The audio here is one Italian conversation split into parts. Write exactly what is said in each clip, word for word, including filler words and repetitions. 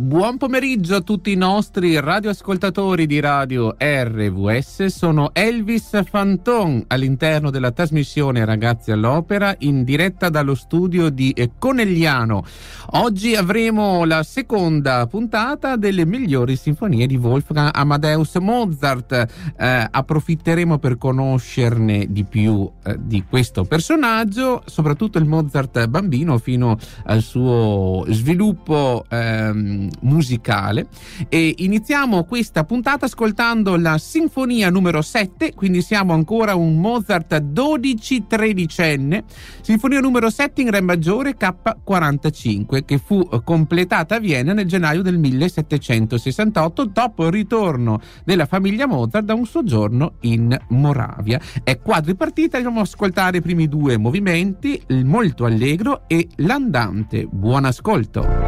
Buon pomeriggio a tutti i nostri radioascoltatori di Radio R V S. Sono Elvis Fanton all'interno della trasmissione Ragazzi all'Opera in diretta dallo studio di Conegliano. Oggi avremo la seconda puntata delle migliori sinfonie di Wolfgang Amadeus Mozart. Eh, approfitteremo per conoscerne di più eh, di questo personaggio, soprattutto il Mozart bambino fino al suo sviluppo ehm, musicale, e iniziamo questa puntata ascoltando la sinfonia numero sette, quindi siamo ancora un Mozart dodici tredicenne, sinfonia numero sette in re maggiore K quarantacinque, che fu completata a Vienna nel gennaio del millesettecentosessantotto dopo il ritorno della famiglia Mozart da un soggiorno in Moravia. È quadripartita, andiamo ad ascoltare i primi due movimenti, il molto allegro e l'andante. Buon ascolto.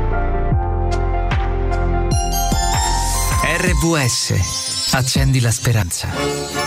R V S, accendi la speranza.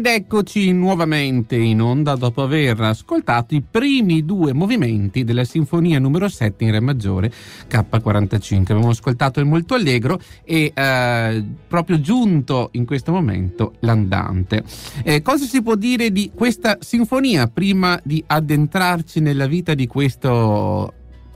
eccoci nuovamente in onda dopo aver ascoltato i primi due movimenti della sinfonia numero sette in re maggiore K quarantacinque. Abbiamo ascoltato il molto allegro e eh, proprio giunto in questo momento l'andante. Eh, cosa si può dire di questa sinfonia prima di addentrarci nella vita di questo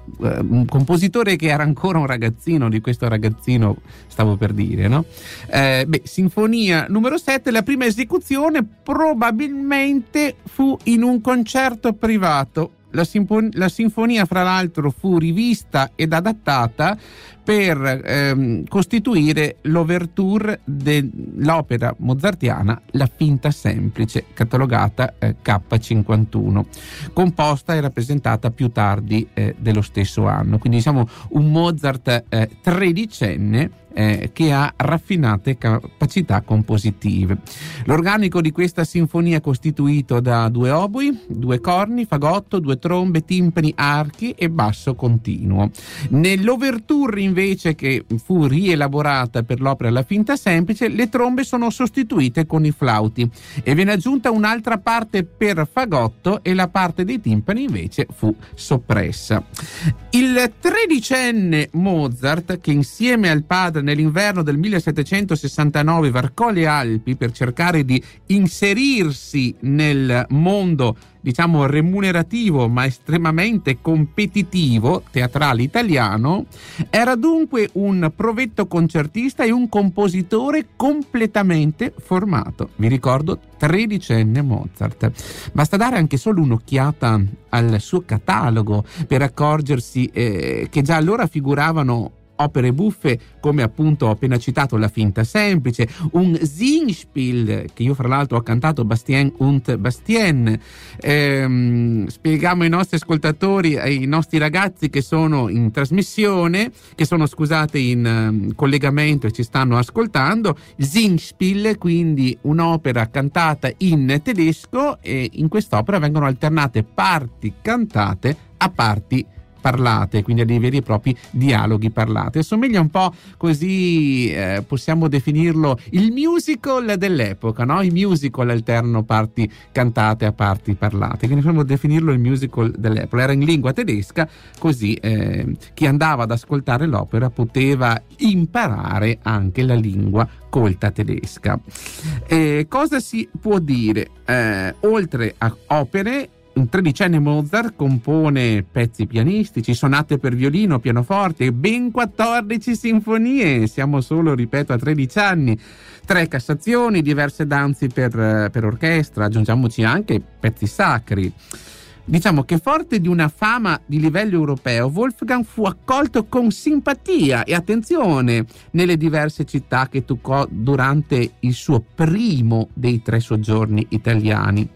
un compositore che era ancora un ragazzino, di questo ragazzino stavo per dire, no? Eh, beh, sinfonia numero sette, la prima esecuzione probabilmente fu in un concerto privato. La, sinfon- la sinfonia, fra l'altro, fu rivista ed adattata per ehm, costituire l'ouverture dell'opera mozartiana La Finta Semplice, catalogata eh, K cinquantuno, composta e rappresentata più tardi eh, dello stesso anno. Quindi diciamo un Mozart eh, tredicenne Eh, che ha raffinate capacità compositive. L'organico di questa sinfonia è costituito da due oboi, due corni, fagotto, due trombe, timpani, archi e basso continuo. Nell'ouverture invece, che fu rielaborata per l'opera La Finta Semplice, le trombe sono sostituite con i flauti e viene aggiunta un'altra parte per fagotto e la parte dei timpani invece fu soppressa. Il tredicenne Mozart, che insieme al padre nell'inverno del millesettecentosessantanove varcò le Alpi per cercare di inserirsi nel mondo, diciamo, remunerativo ma estremamente competitivo teatrale italiano, era dunque un provetto concertista e un compositore completamente formato. Vi ricordo, tredicenne Mozart. Basta dare anche solo un'occhiata al suo catalogo per accorgersi eh, che già allora figuravano opere buffe come appunto ho appena citato La Finta Semplice, un Singspiel che io fra l'altro ho cantato, Bastien und Bastien. Ehm, spieghiamo ai nostri ascoltatori, ai nostri ragazzi che sono in trasmissione, che sono scusate in um, collegamento e ci stanno ascoltando. Singspiel, quindi un'opera cantata in tedesco, e in quest'opera vengono alternate parti cantate a parti parlate, quindi a dei veri e propri dialoghi parlati. Assomiglia un po', così eh, possiamo definirlo, il musical dell'epoca, no? I musical alternano parti cantate a parti parlate, quindi possiamo definirlo il musical dell'epoca. Era in lingua tedesca, così eh, chi andava ad ascoltare l'opera poteva imparare anche la lingua colta tedesca. Eh, cosa si può dire? Eh, oltre a opere, un tredicenne Mozart compone pezzi pianistici, sonate per violino, pianoforte, ben quattordici sinfonie, siamo solo, ripeto, a tredici anni, tre cassazioni, diverse danze per, per orchestra, aggiungiamoci anche pezzi sacri. Diciamo che forte di una fama di livello europeo, Wolfgang fu accolto con simpatia e attenzione nelle diverse città che toccò durante il suo primo dei tre soggiorni italiani.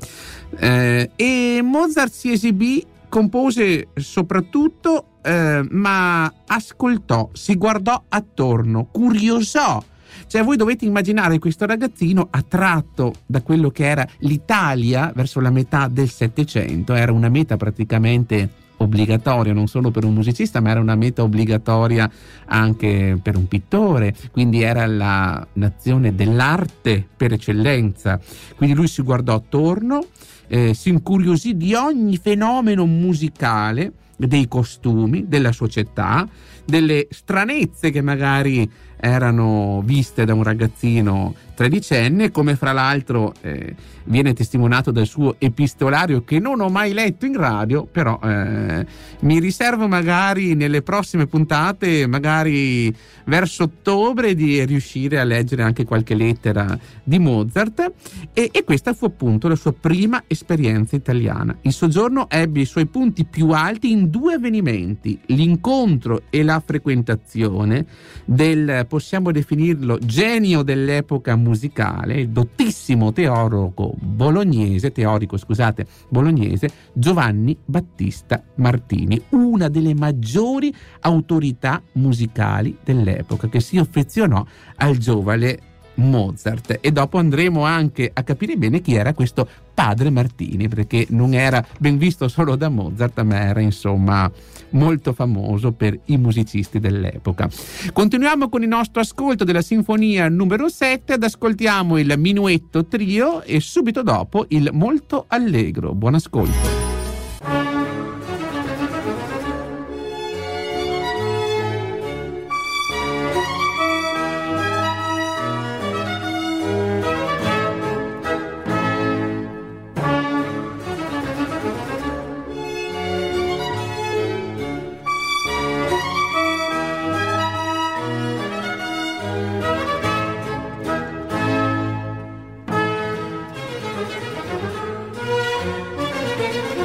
Eh, e Mozart si esibì, compose soprattutto, eh, ma ascoltò, si guardò attorno, curiosò. Cioè, voi dovete immaginare questo ragazzino attratto da quello che era l'Italia verso la metà del Settecento. Era una meta praticamente obbligatoria non solo per un musicista, ma era una meta obbligatoria anche per un pittore, quindi era la nazione dell'arte per eccellenza. Quindi lui si guardò attorno, eh, si incuriosì di ogni fenomeno musicale, dei costumi, della società, delle stranezze che magari erano viste da un ragazzino tredicenne, come fra l'altro eh, viene testimoniato dal suo epistolario, che non ho mai letto in radio, però eh, mi riservo magari nelle prossime puntate, magari verso ottobre, di riuscire a leggere anche qualche lettera di Mozart. E, e questa fu appunto la sua prima esperienza italiana. Il soggiorno ebbe i suoi punti più alti in due avvenimenti: l'incontro e la frequentazione del, possiamo definirlo, genio dell'epoca musicale, il dottissimo teorico bolognese, teorico scusate, bolognese Giovanni Battista Martini, una delle maggiori autorità musicali dell'epoca, che si affezionò al giovane Mozart, e dopo andremo anche a capire bene chi era questo padre Martini, perché non era ben visto solo da Mozart, ma era insomma molto famoso per i musicisti dell'epoca. Continuiamo con il nostro ascolto della sinfonia numero sette, ed ascoltiamo il Minuetto Trio e subito dopo il Molto Allegro. Buon ascolto. Thank you.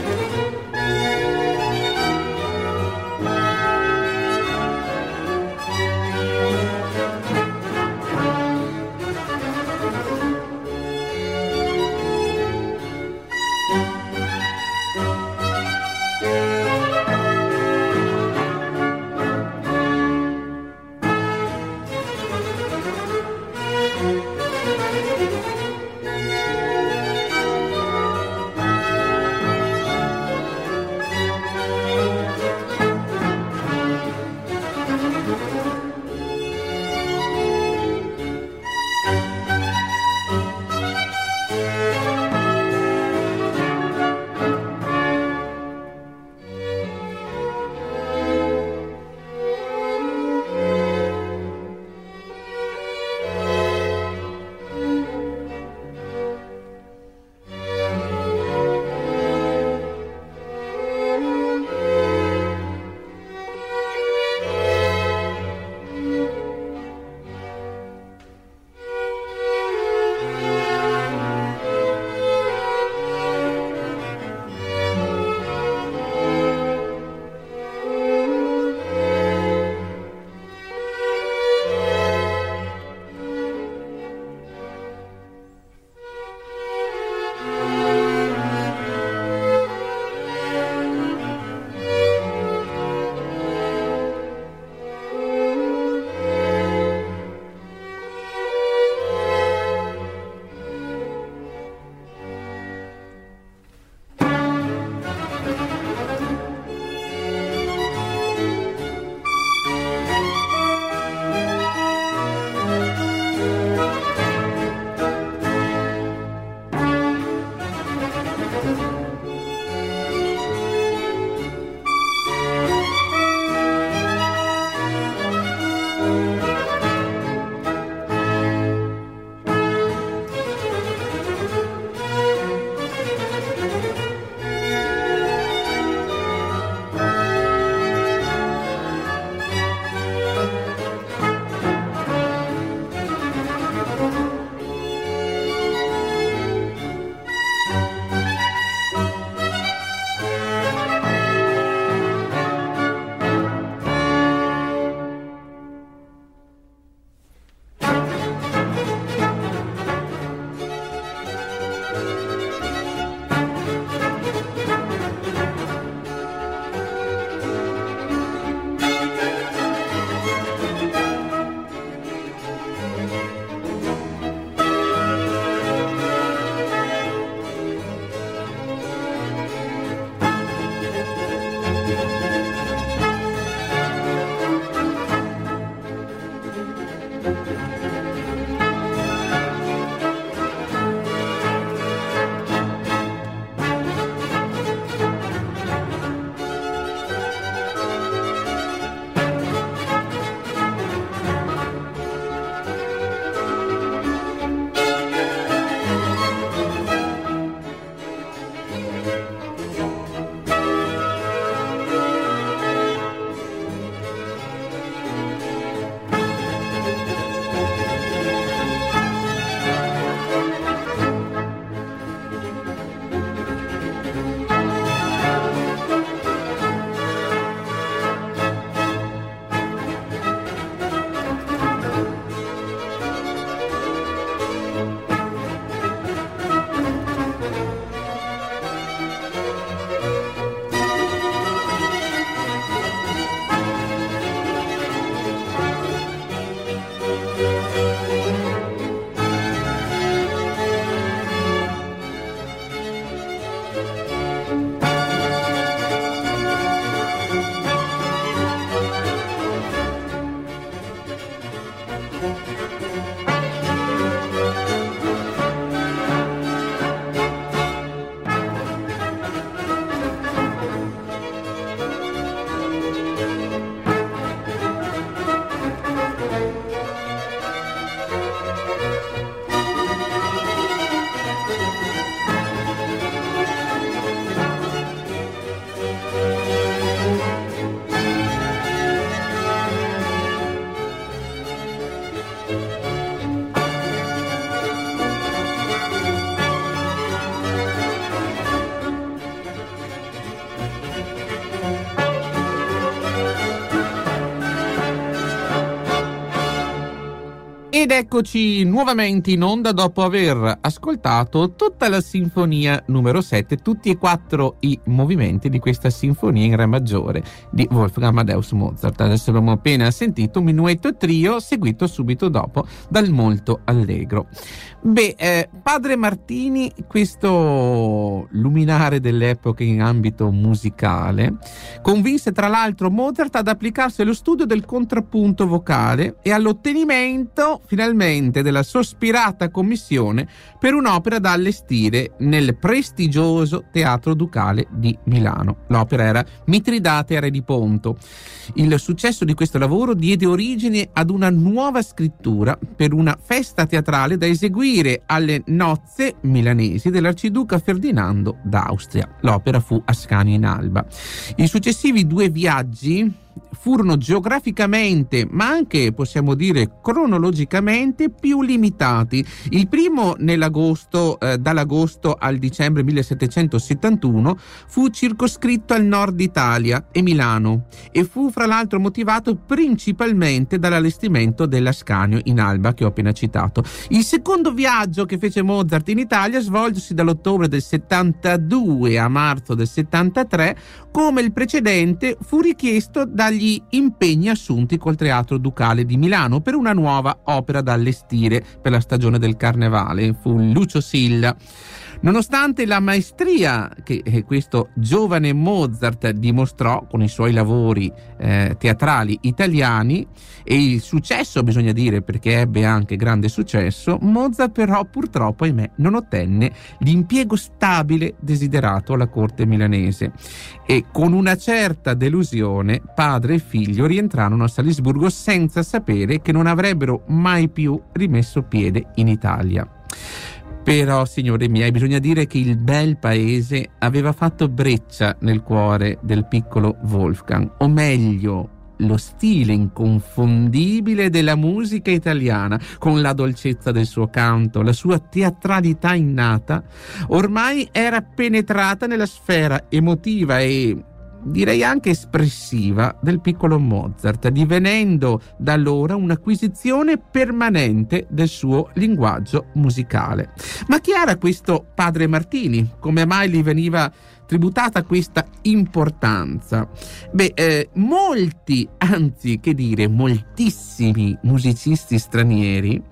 Ed eccoci nuovamente in onda dopo aver ascoltato tutta la sinfonia numero sette, tutti e quattro i movimenti di questa sinfonia in re maggiore di Wolfgang Amadeus Mozart. Adesso abbiamo appena sentito un minuetto trio seguito subito dopo dal molto allegro. Beh, eh, Padre Martini, questo luminare dell'epoca in ambito musicale, convinse tra l'altro Mozart ad applicarsi allo studio del contrappunto vocale e all'ottenimento finalmente della sospirata commissione per un'opera da allestire nel prestigioso Teatro Ducale di Milano. L'opera era Mitridate re di Ponto. Il successo di questo lavoro diede origine ad una nuova scrittura per una festa teatrale da eseguire alle nozze milanesi dell'arciduca Ferdinando d'Austria. L'opera fu Ascanio in Alba. I successivi due viaggi furono geograficamente, ma anche possiamo dire cronologicamente, più limitati. Il primo nell'agosto, eh, dall'agosto al dicembre millesettecentosettantuno, fu circoscritto al nord Italia e Milano e fu fra l'altro motivato principalmente dall'allestimento dell'Ascanio in Alba che ho appena citato. Il secondo viaggio che fece Mozart in Italia svolgesi dall'ottobre del settantadue a marzo del settantatré. Come il precedente, fu richiesto dagli impegni assunti col Teatro Ducale di Milano per una nuova opera da allestire per la stagione del Carnevale. Fu Lucio Silla. Nonostante la maestria che questo giovane Mozart dimostrò con i suoi lavori eh, teatrali italiani e il successo, bisogna dire, perché ebbe anche grande successo, Mozart però purtroppo, ahimè, non ottenne l'impiego stabile desiderato alla corte milanese e con una certa delusione padre e figlio rientrarono a Salisburgo senza sapere che non avrebbero mai più rimesso piede in Italia. Però, signori miei, bisogna dire che il bel paese aveva fatto breccia nel cuore del piccolo Wolfgang, o meglio, lo stile inconfondibile della musica italiana, con la dolcezza del suo canto, la sua teatralità innata, ormai era penetrata nella sfera emotiva e direi anche espressiva del piccolo Mozart, divenendo da allora un'acquisizione permanente del suo linguaggio musicale. Ma chi era questo padre Martini? Come mai gli veniva tributata questa importanza? Beh, eh, molti, anzi che dire, moltissimi musicisti stranieri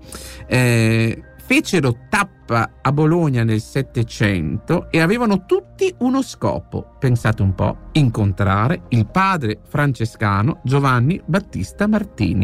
eh, fecero tappa a Bologna nel Settecento e avevano tutti uno scopo, pensate un po', incontrare il padre francescano Giovanni Battista Martini.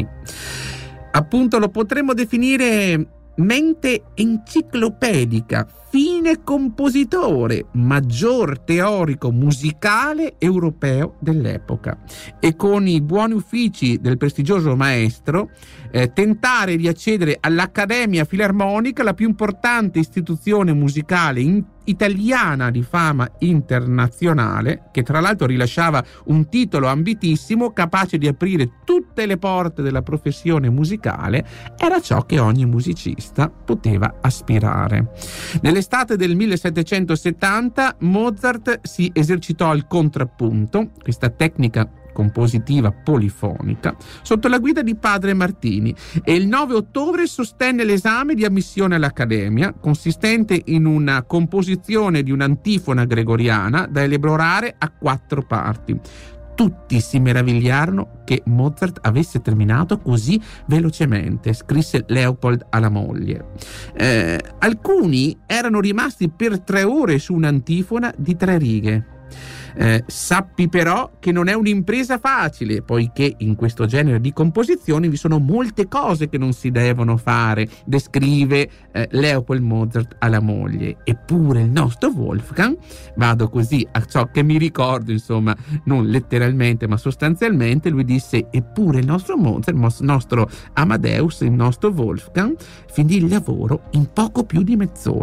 Appunto lo potremmo definire mente enciclopedica, fine compositore, maggior teorico musicale europeo dell'epoca, e con i buoni uffici del prestigioso maestro eh, tentare di accedere all'Accademia Filarmonica, la più importante istituzione musicale in italiana di fama internazionale, che tra l'altro rilasciava un titolo ambitissimo capace di aprire tutte le porte della professione musicale, era ciò che ogni musicista poteva aspirare. Nell'estate del millesettecentosettanta Mozart si esercitò al contrappunto, questa tecnica compositiva polifonica, sotto la guida di padre Martini, e il nove ottobre sostenne l'esame di ammissione all'Accademia, consistente in una composizione di un'antifona gregoriana da elaborare a quattro parti. Tutti si meravigliarono che Mozart avesse terminato così velocemente, scrisse Leopold alla moglie. Eh, alcuni erano rimasti per tre ore su un'antifona di tre righe. Eh, sappi però che non è un'impresa facile, poiché in questo genere di composizioni vi sono molte cose che non si devono fare, descrive eh, Leopold Mozart alla moglie. Eppure il nostro Wolfgang, vado così a ciò che mi ricordo, insomma, non letteralmente ma sostanzialmente, lui disse: eppure il nostro Mozart, il nostro Amadeus, il nostro Wolfgang finì il lavoro in poco più di mezz'ora.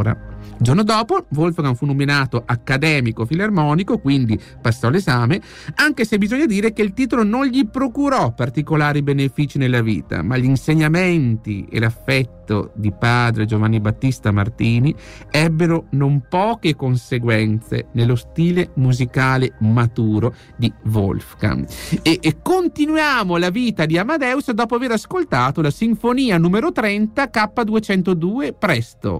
Il giorno dopo Wolfgang fu nominato accademico filarmonico, quindi passò l'esame, anche se bisogna dire che il titolo non gli procurò particolari benefici nella vita, ma gli insegnamenti e l'affetto di padre Giovanni Battista Martini ebbero non poche conseguenze nello stile musicale maturo di Wolfgang. E, e continuiamo la vita di Amadeus dopo aver ascoltato la Sinfonia numero trenta K duecentodue Presto.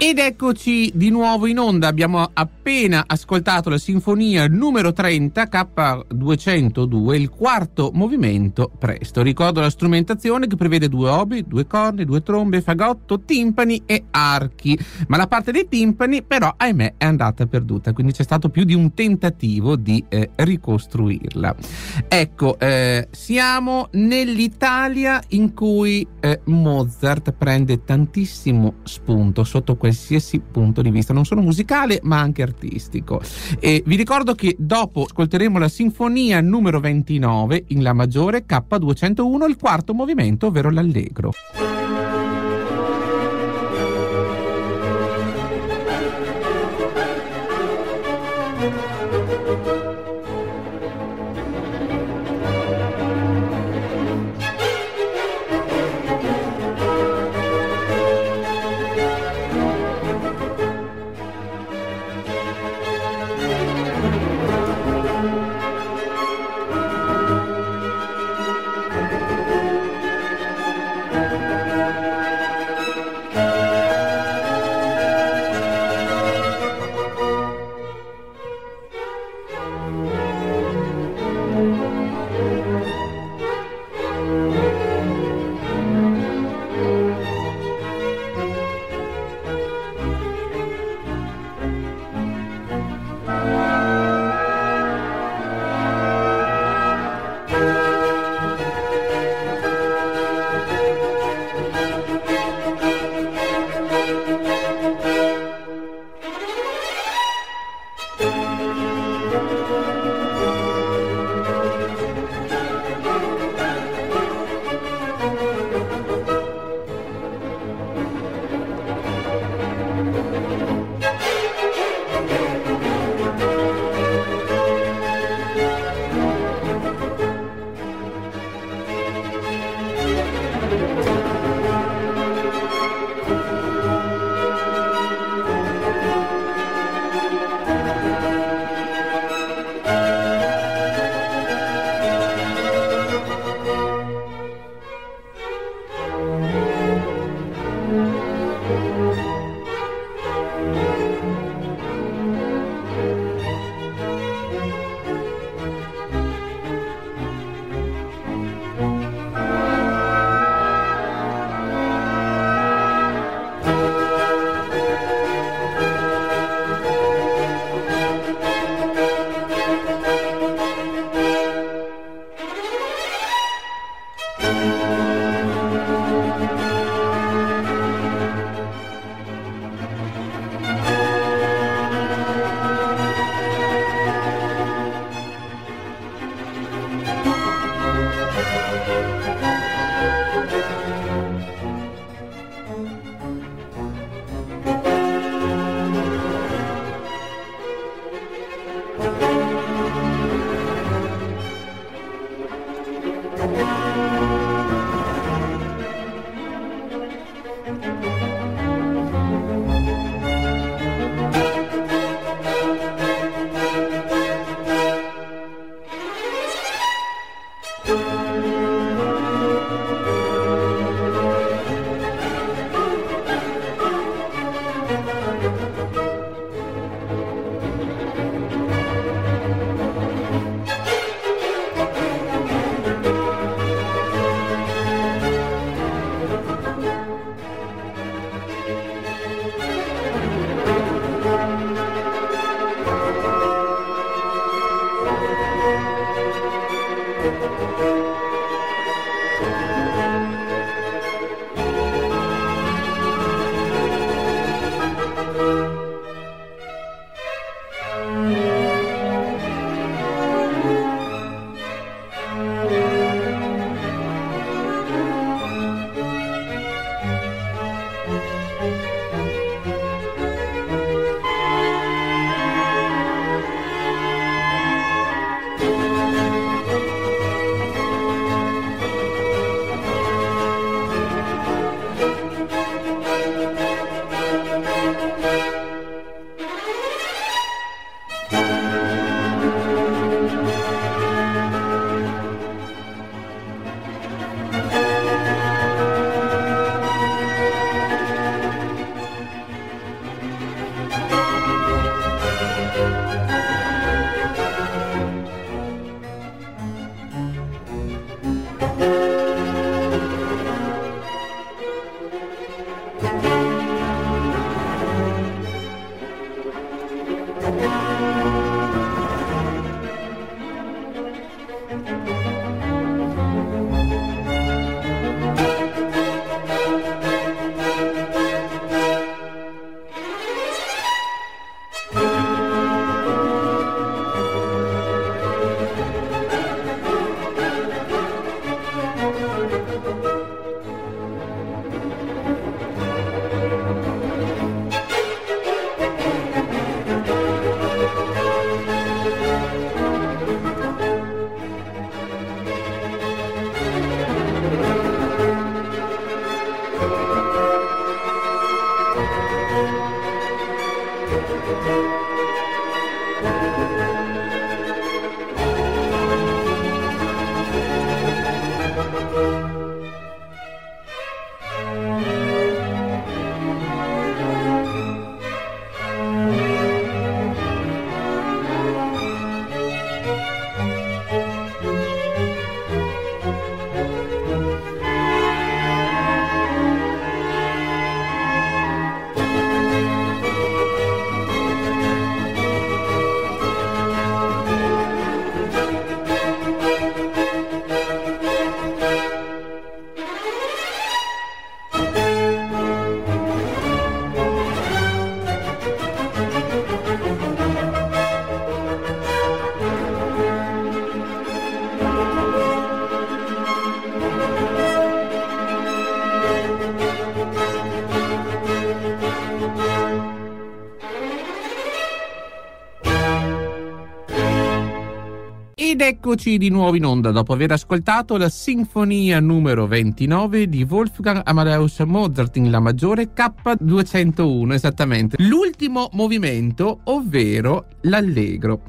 Ed eccoci di nuovo in onda. Abbiamo appena ascoltato la sinfonia numero trenta K duecentodue, il quarto movimento presto. Ricordo la strumentazione che prevede due obi, due corni, due trombe, fagotto, timpani e archi. Ma la parte dei timpani però, ahimè, è andata perduta, quindi c'è stato più di un tentativo di eh, ricostruirla. Ecco, eh, siamo nell'Italia in cui eh, Mozart prende tantissimo spunto sotto qualsiasi punto di vista, non solo musicale ma anche artistico. E vi ricordo che dopo ascolteremo la sinfonia numero ventinove in La maggiore K duecentouno, il quarto movimento, ovvero l'allegro. Ed eccoci di nuovo in onda dopo aver ascoltato la sinfonia numero ventinove di Wolfgang Amadeus Mozart in La maggiore K duecentouno, esattamente l'ultimo movimento, ovvero l'allegro.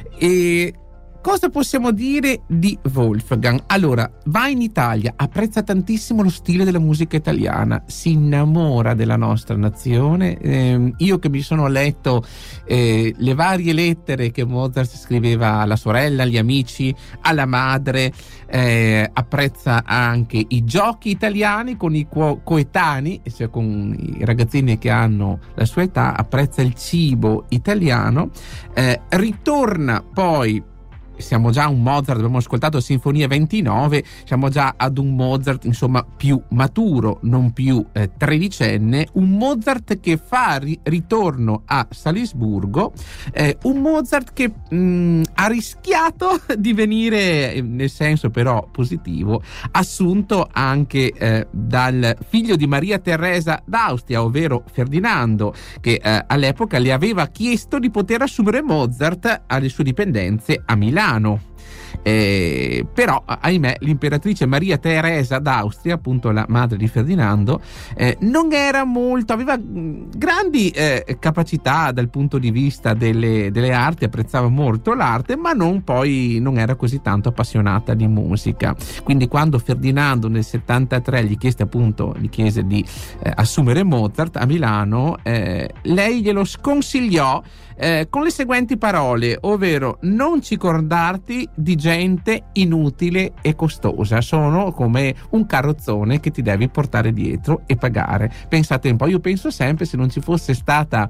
E cosa possiamo dire di Wolfgang? Allora, va in Italia, apprezza tantissimo lo stile della musica italiana, si innamora della nostra nazione. Eh, io che mi sono letto eh, le varie lettere che Mozart scriveva alla sorella, agli amici, alla madre, eh, apprezza anche i giochi italiani con i co- coetanei, cioè con i ragazzini che hanno la sua età, apprezza il cibo italiano, eh, ritorna poi. Siamo già a un Mozart, abbiamo ascoltato Sinfonia ventinove, siamo già ad un Mozart insomma più maturo, non più eh, tredicenne, un Mozart che fa ri- ritorno a Salisburgo, eh, un Mozart che mh, ha rischiato di venire, nel senso però positivo, assunto anche eh, dal figlio di Maria Teresa d'Austria, ovvero Ferdinando, che eh, all'epoca le aveva chiesto di poter assumere Mozart alle sue dipendenze a Milano. Eh, però ahimè l'imperatrice Maria Teresa d'Austria, appunto la madre di Ferdinando, eh, non era molto, aveva grandi eh, capacità dal punto di vista delle, delle arti, apprezzava molto l'arte, ma non poi non era così tanto appassionata di musica. Quindi quando Ferdinando nel settantatré gli chiese appunto gli chiese di eh, assumere Mozart a Milano, eh, lei glielo sconsigliò Eh, con le seguenti parole, ovvero: non circondarti di gente inutile e costosa, sono come un carrozzone che ti devi portare dietro e pagare. Pensate un po', io penso sempre, se non ci fosse stata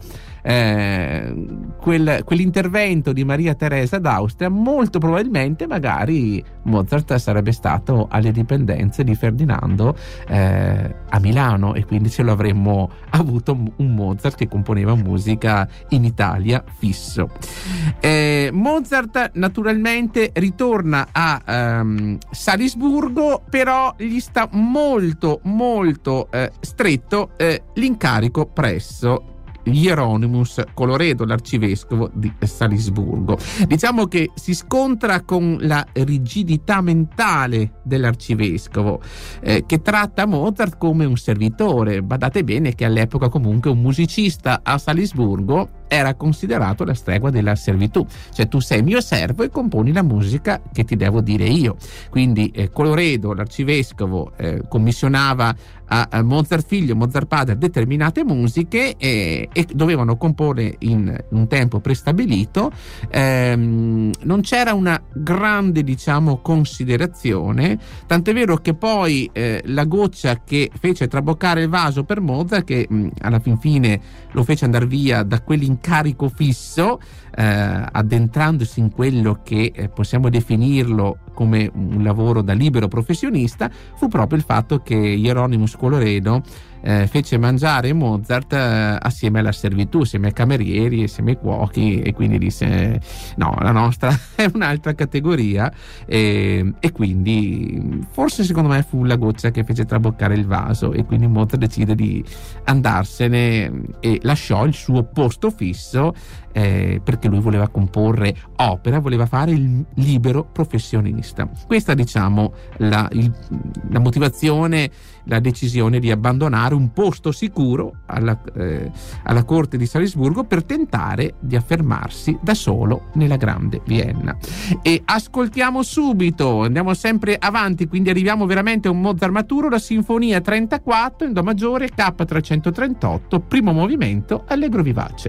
eh, quel, quell'intervento di Maria Teresa d'Austria, molto probabilmente magari Mozart sarebbe stato alle dipendenze di Ferdinando eh, a Milano, e quindi ce lo avremmo avuto un Mozart che componeva musica in Italia fisso. Eh, Mozart naturalmente ritorna a um, Salisburgo, però gli sta molto molto eh, stretto eh, l'incarico presso Hieronymus Coloredo, l'arcivescovo di Salisburgo. Diciamo che si scontra con la rigidità mentale dell'arcivescovo, eh, che tratta Mozart come un servitore. Badate bene che all'epoca comunque un musicista a Salisburgo era considerato la stregua della servitù, cioè tu sei mio servo e componi la musica che ti devo dire io. Quindi eh, Coloredo, l'arcivescovo, eh, commissionava a, a Mozart figlio, Mozart padre determinate musiche e, e dovevano comporre in un tempo prestabilito. Ehm, non c'era una grande, diciamo, considerazione, tant'è vero che poi eh, la goccia che fece traboccare il vaso per Mozart, che mh, alla fin fine lo fece andare via da quell'incarico fisso, eh, addentrandosi in quello che eh, possiamo definirlo come un lavoro da libero professionista, fu proprio il fatto che Hieronymus Coloredo eh, fece mangiare Mozart eh, assieme alla servitù, assieme ai camerieri, assieme ai cuochi, e quindi disse no, la nostra è un'altra categoria, e, e quindi forse secondo me fu la goccia che fece traboccare il vaso, e quindi Mozart decide di andarsene e lasciò il suo posto fisso eh, perché lui voleva comporre opera, voleva fare il libero professionista. Questa, diciamo, la, il, la motivazione, la decisione di abbandonare trovare un posto sicuro alla, eh, alla corte di Salisburgo per tentare di affermarsi da solo nella grande Vienna. E ascoltiamo subito, andiamo sempre avanti, quindi arriviamo veramente a un Mozart maturo, la sinfonia trentaquattro in do maggiore K trecentotrentotto, primo movimento, allegro vivace.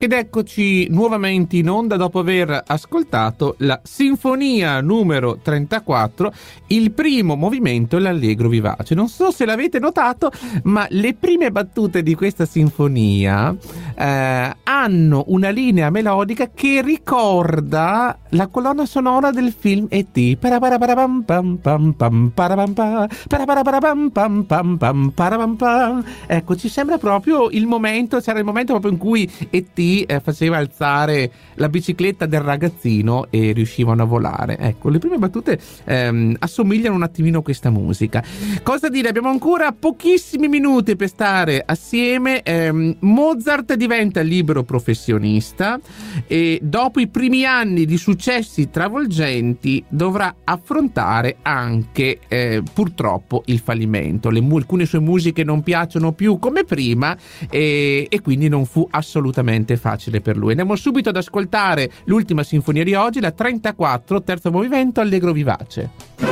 Ed eccoci nuovamente in onda dopo aver ascoltato la Sinfonia numero trentaquattro, il primo movimento, l'Allegro vivace. Non so se l'avete notato, ma le prime battute di questa sinfonia eh, hanno una linea melodica che ricorda la colonna sonora del film E T Ecco, ci sembra proprio il momento, c'era il momento proprio in cui E T eh, faceva alzare la bicicletta del ragazzino e riuscivano a volare. Ecco, le prime battute ehm, assomigliano un attimino a questa musica. Cosa dire? Abbiamo ancora pochissimi minuti per stare assieme. ehm, Mozart diventa libero professionista e dopo i primi anni di successi travolgenti dovrà affrontare anche eh, purtroppo il fallimento. Le, alcune sue musiche non piacciono più come prima e, e quindi non fu assolutamente facile per lui. Andiamo subito ad ascoltare l'ultima sinfonia di oggi, la trentaquattro, terzo movimento, Allegro vivace.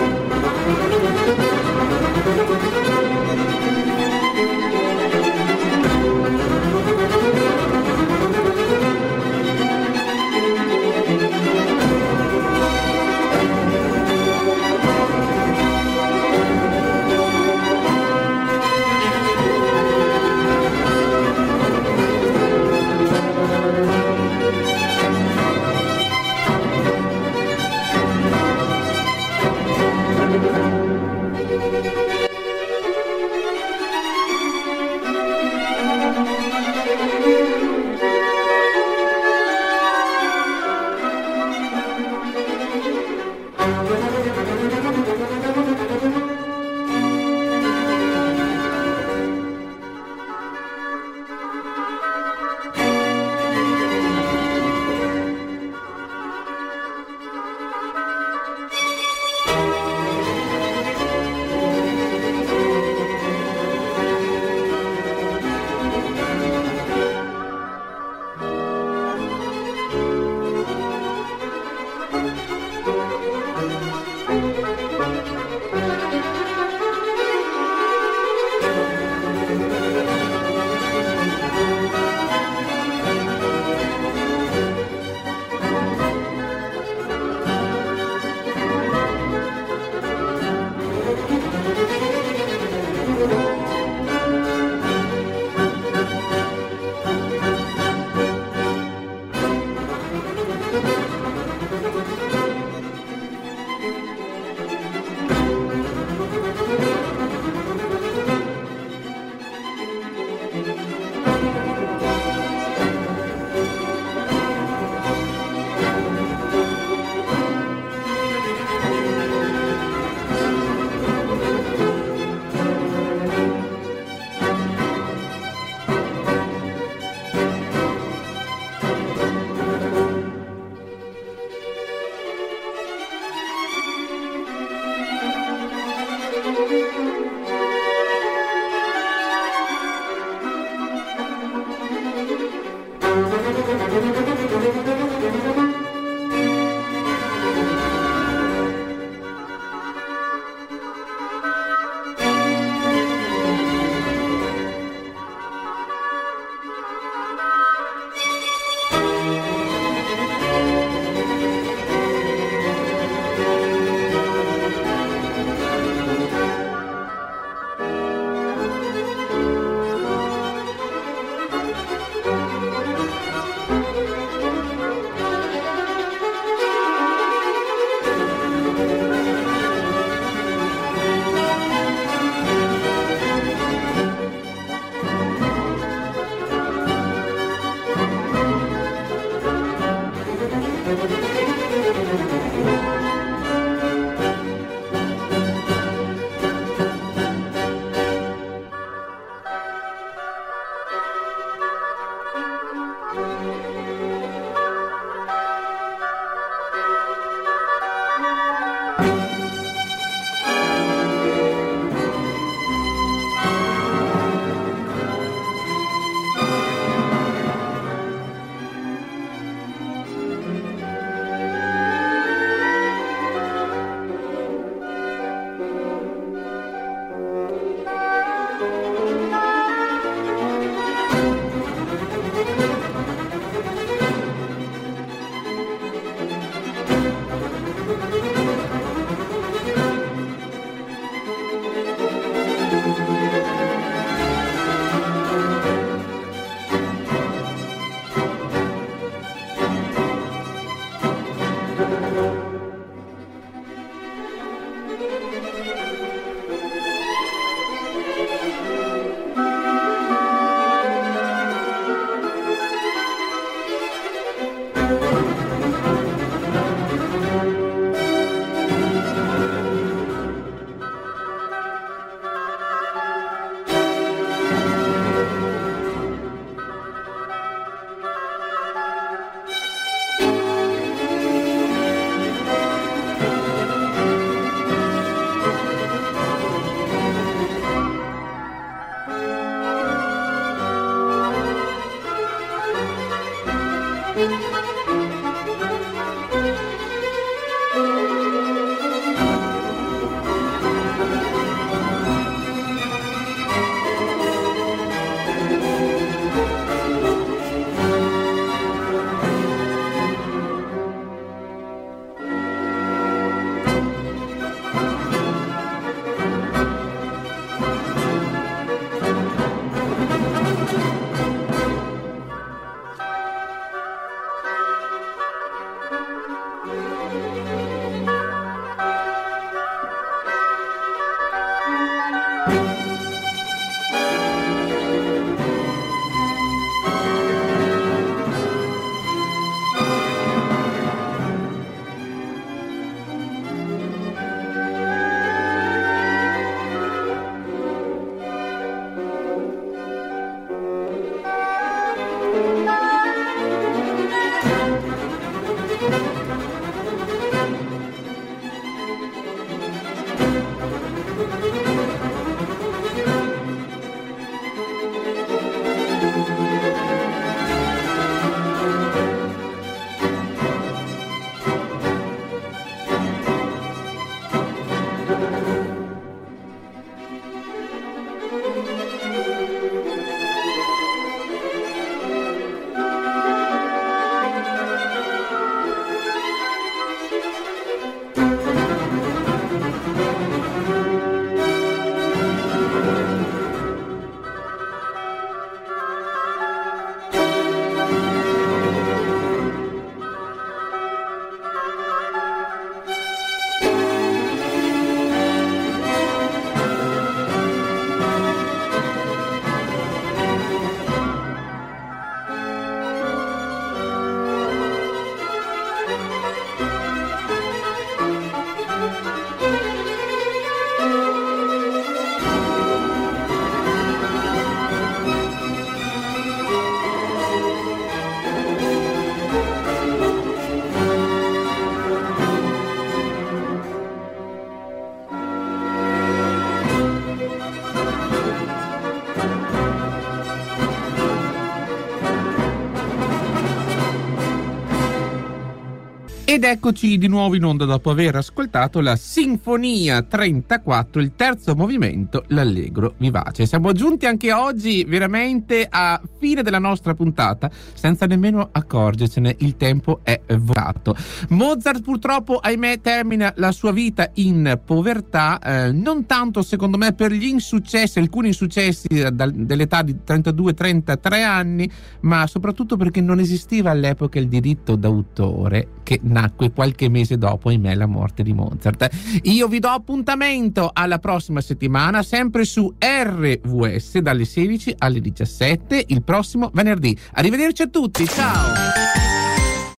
Ed eccoci di nuovo in onda dopo aver ascoltato la Sinfonia trentaquattro, il terzo movimento, l'Allegro vivace. Siamo giunti anche oggi veramente a fine della nostra puntata, senza nemmeno accorgercene, il tempo è volato. Mozart purtroppo, ahimè, termina la sua vita in povertà, eh, non tanto secondo me per gli insuccessi, alcuni insuccessi dal, dell'età di trentadue trentatré anni, ma soprattutto perché non esisteva all'epoca il diritto d'autore, che nacque qualche mese dopo, ahimè, la morte di Mozart. Io vi do appuntamento alla prossima settimana, sempre su R V S dalle sedici alle diciassette, il prossimo venerdì. Arrivederci a tutti, ciao!